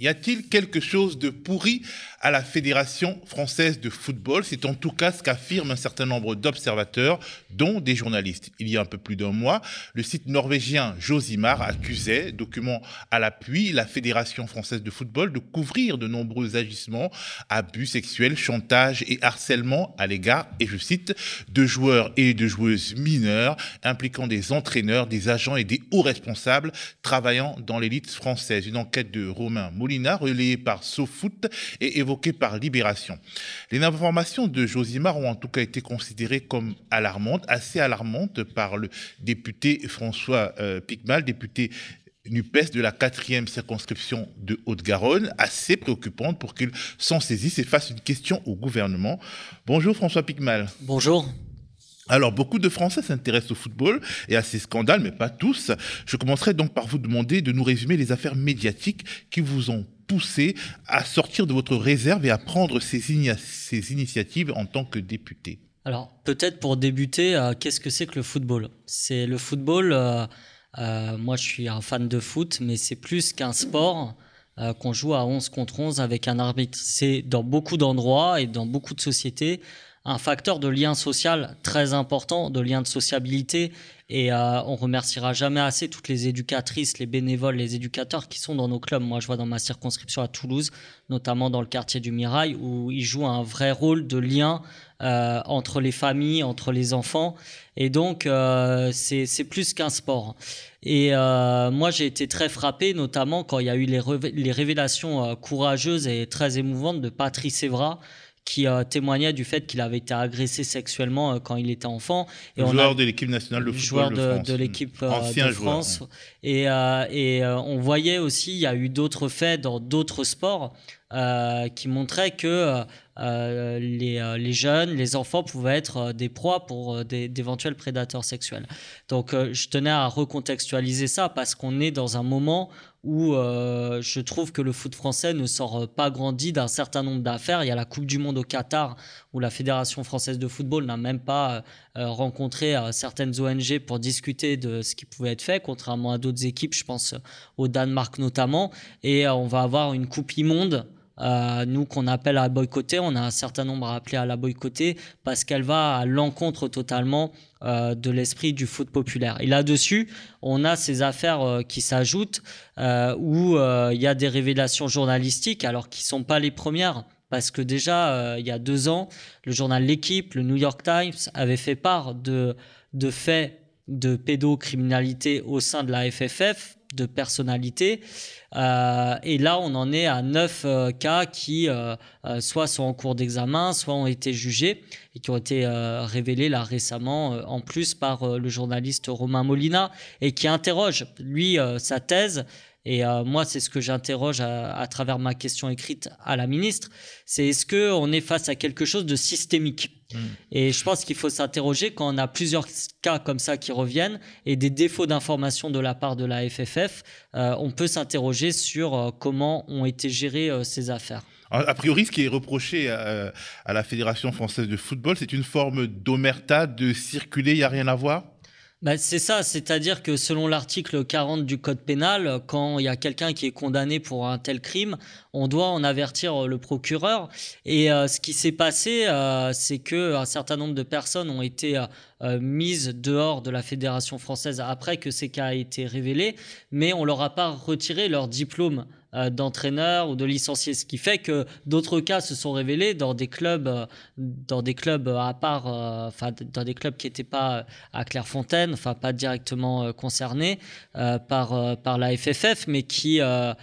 Y a-t-il quelque chose de pourri à la Fédération française de football? C'est en tout cas ce qu'affirment un certain nombre d'observateurs, dont des journalistes. Il y a un peu plus d'un mois, le site norvégien Josimar accusait, document à l'appui, la Fédération française de football de couvrir de nombreux agissements, abus sexuels, chantage et harcèlement à l'égard, et je cite, de joueurs et de joueuses mineurs impliquant des entraîneurs, des agents et des hauts responsables travaillant dans l'élite française. Une enquête de Romain Molina, relayée par SoFoot et évoquée par Libération. Les informations de Josimar ont en tout cas été considérées comme alarmantes, assez alarmantes par le député François Picmal, député NUPES de la 4e circonscription de Haute-Garonne, assez préoccupante pour qu'il s'en saisisse et fasse une question au gouvernement. Bonjour François Picmal. Bonjour. Alors, beaucoup de Français s'intéressent au football et à ces scandales, mais pas tous. Je commencerai donc par vous demander de nous résumer les affaires médiatiques qui vous ont poussé à sortir de votre réserve et à prendre ces initiatives en tant que député. Alors, peut-être pour débuter, qu'est-ce que c'est que le football? C'est le football, moi je suis un fan de foot, mais c'est plus qu'un sport qu'on joue à 11 contre 11 avec un arbitre. C'est dans beaucoup d'endroits et dans beaucoup de sociétés un facteur de lien social très important, de lien de sociabilité. Et on remerciera jamais assez toutes les éducatrices, les bénévoles, les éducateurs qui sont dans nos clubs. Moi, je vois dans ma circonscription à Toulouse, notamment dans le quartier du Mirail, où ils jouent un vrai rôle de lien entre les familles, entre les enfants. Et donc, c'est plus qu'un sport. Et moi, j'ai été très frappé, notamment quand il y a eu les révélations courageuses et très émouvantes de Patrice Evra, qui témoignait du fait qu'il avait été agressé sexuellement quand il était enfant. Et joueur de l'équipe nationale de football de France. De l'équipe de France. Et on voyait aussi, il y a eu d'autres faits dans d'autres sports qui montraient que les jeunes, les enfants pouvaient être des proies pour d'éventuels prédateurs sexuels. Donc je tenais à recontextualiser ça parce qu'on est dans un moment où je trouve que le foot français ne sort pas grandi d'un certain nombre d'affaires. Il y a la Coupe du Monde au Qatar où la Fédération française de football n'a même pas rencontré certaines ONG pour discuter de ce qui pouvait être fait, contrairement à d'autres équipes, je pense au Danemark notamment. Et on va avoir une Coupe immonde. Nous qu'on appelle à boycotter, on a un certain nombre à appeler à la boycotter parce qu'elle va à l'encontre totalement de l'esprit du foot populaire. Et là-dessus, on a ces affaires qui s'ajoutent où il y a des révélations journalistiques alors qui ne sont pas les premières. Parce que déjà, il y a 2 ans, le journal L'Équipe, le New York Times avait fait part de faits de pédocriminalité au sein de la FFF, de personnalités. Et là, on en est à 9 cas qui soit sont en cours d'examen, soit ont été jugés et qui ont été révélés là récemment, en plus par le journaliste Romain Molina, et qui interroge, lui, sa thèse. Et moi, c'est ce que j'interroge à travers ma question écrite à la ministre, c'est est-ce qu'on est face à quelque chose de systémique ? Et je pense qu'il faut s'interroger quand on a plusieurs cas comme ça qui reviennent et des défauts d'information de la part de la FFF, on peut s'interroger sur comment ont été gérées ces affaires. A priori, ce qui est reproché à la Fédération française de football, c'est une forme d'omerta, de circuler, il n'y a rien à voir ? Ben c'est ça, c'est-à-dire que selon l'article 40 du Code pénal, quand il y a quelqu'un qui est condamné pour un tel crime, on doit en avertir le procureur. Et ce qui s'est passé, c'est qu'un certain nombre de personnes ont été mises dehors de la Fédération française après que ces cas aient été révélés, mais on leur a pas retiré leur diplôme d'entraîneur ou de licencié, ce qui fait que d'autres cas se sont révélés dans des clubs à part, enfin dans des clubs qui n'étaient pas à Clairefontaine, enfin pas directement concernés par la FFF, mais qui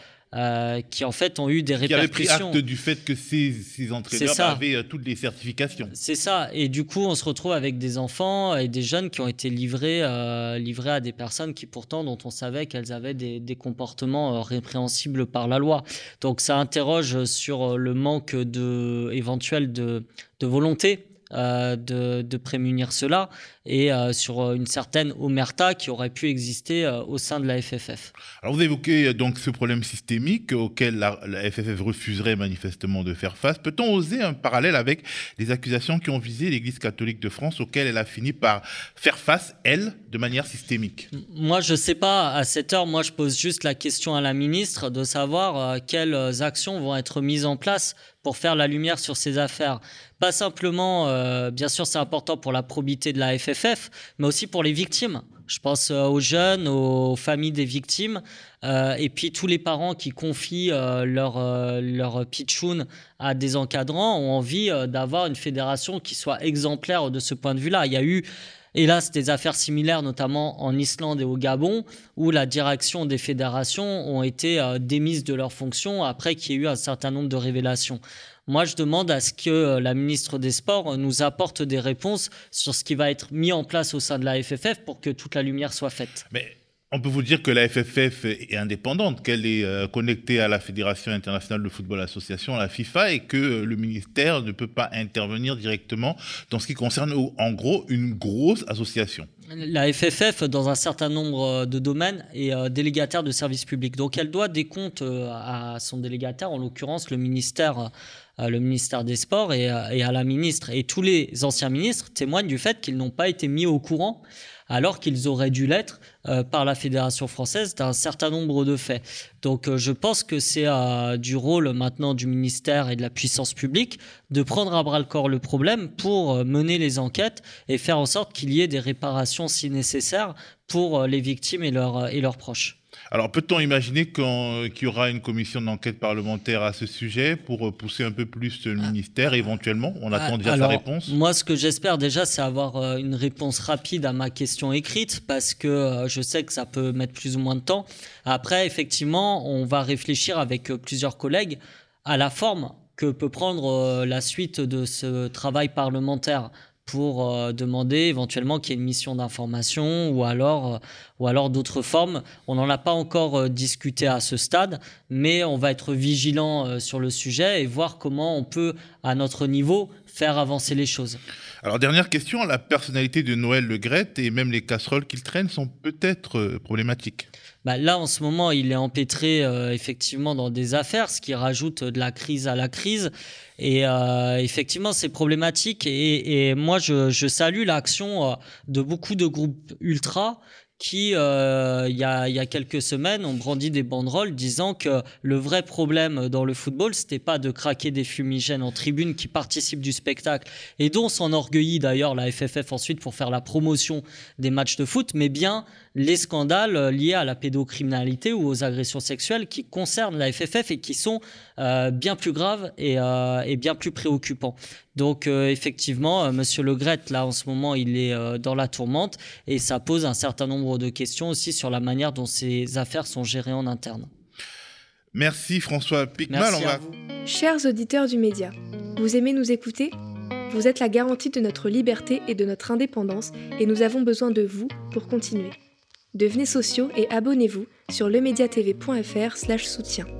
en fait ont eu des répercussions. Qui avaient pris acte du fait que ces entraîneurs avaient toutes les certifications. C'est ça. Et du coup, on se retrouve avec des enfants et des jeunes qui ont été livrés à des personnes qui pourtant, dont on savait qu'elles avaient des comportements répréhensibles par la loi. Donc ça interroge sur le manque éventuel de volonté de prémunir cela. et sur une certaine omerta qui aurait pu exister au sein de la FFF. Alors vous évoquez donc ce problème systémique auquel la FFF refuserait manifestement de faire face. Peut-on oser un parallèle avec les accusations qui ont visé l'Église catholique de France auxquelles elle a fini par faire face, elle, de manière systémique? Moi, je ne sais pas. À cette heure, moi, je pose juste la question à la ministre de savoir quelles actions vont être mises en place pour faire la lumière sur ces affaires. Pas simplement, bien sûr, c'est important pour la probité de la FFF, mais aussi pour les victimes. Je pense aux jeunes, aux familles des victimes, et puis tous les parents qui confient leur pitchoun à des encadrants ont envie d'avoir une fédération qui soit exemplaire de ce point de vue-là. Il y a eu, hélas, des affaires similaires, notamment en Islande et au Gabon, où la direction des fédérations ont été démises de leurs fonctions après qu'il y ait eu un certain nombre de révélations. Moi, je demande à ce que la ministre des Sports nous apporte des réponses sur ce qui va être mis en place au sein de la FFF pour que toute la lumière soit faite. Mais on peut vous dire que la FFF est indépendante, qu'elle est connectée à la Fédération internationale de football association, à la FIFA, et que le ministère ne peut pas intervenir directement dans ce qui concerne, en gros, une grosse association. La FFF, dans un certain nombre de domaines, est délégataire de services publics. Donc, elle doit des comptes à son délégataire, en l'occurrence le ministère des Sports et à la ministre. Et tous les anciens ministres témoignent du fait qu'ils n'ont pas été mis au courant alors qu'ils auraient dû l'être par la Fédération française d'un certain nombre de faits. Donc je pense que c'est du rôle maintenant du ministère et de la puissance publique de prendre à bras-le-corps le problème pour mener les enquêtes et faire en sorte qu'il y ait des réparations si nécessaire pour les victimes et leurs proches. Alors, peut-on imaginer qu'il y aura une commission d'enquête parlementaire à ce sujet pour pousser un peu plus le ministère éventuellement? On attend déjà sa réponse. Moi, ce que j'espère déjà, c'est avoir une réponse rapide à ma question écrite parce que je sais que ça peut mettre plus ou moins de temps. Après, effectivement, on va réfléchir avec plusieurs collègues à la forme que peut prendre la suite de ce travail parlementaire pour demander éventuellement qu'il y ait une mission d'information ou alors d'autres formes. On n'en a pas encore discuté à ce stade, mais on va être vigilant sur le sujet et voir comment on peut, à notre niveau, faire avancer les choses. Alors, dernière question, la personnalité de Noël Le Graët et même les casseroles qu'il traîne sont peut-être problématiques. Là, en ce moment, il est empêtré effectivement dans des affaires, ce qui rajoute de la crise à la crise. Et effectivement, c'est problématique. Et moi, je salue l'action de beaucoup de groupes ultra qui, il y a quelques semaines, ont brandi des banderoles disant que le vrai problème dans le football, c'était pas de craquer des fumigènes en tribune qui participent du spectacle et dont s'enorgueillit d'ailleurs la FFF ensuite pour faire la promotion des matchs de foot, mais bien les scandales liés à la pédocriminalité ou aux agressions sexuelles qui concernent la FFF et qui sont bien plus graves et bien plus préoccupants. Donc effectivement, Monsieur Le Graët, là en ce moment, il est dans la tourmente et ça pose un certain nombre de questions aussi sur la manière dont ces affaires sont gérées en interne. Merci François Piquemal. Merci à vous. Chers auditeurs du média, vous aimez nous écouter ? Vous êtes la garantie de notre liberté et de notre indépendance et nous avons besoin de vous pour continuer. Devenez sociaux et abonnez-vous sur lemediatv.fr/soutien.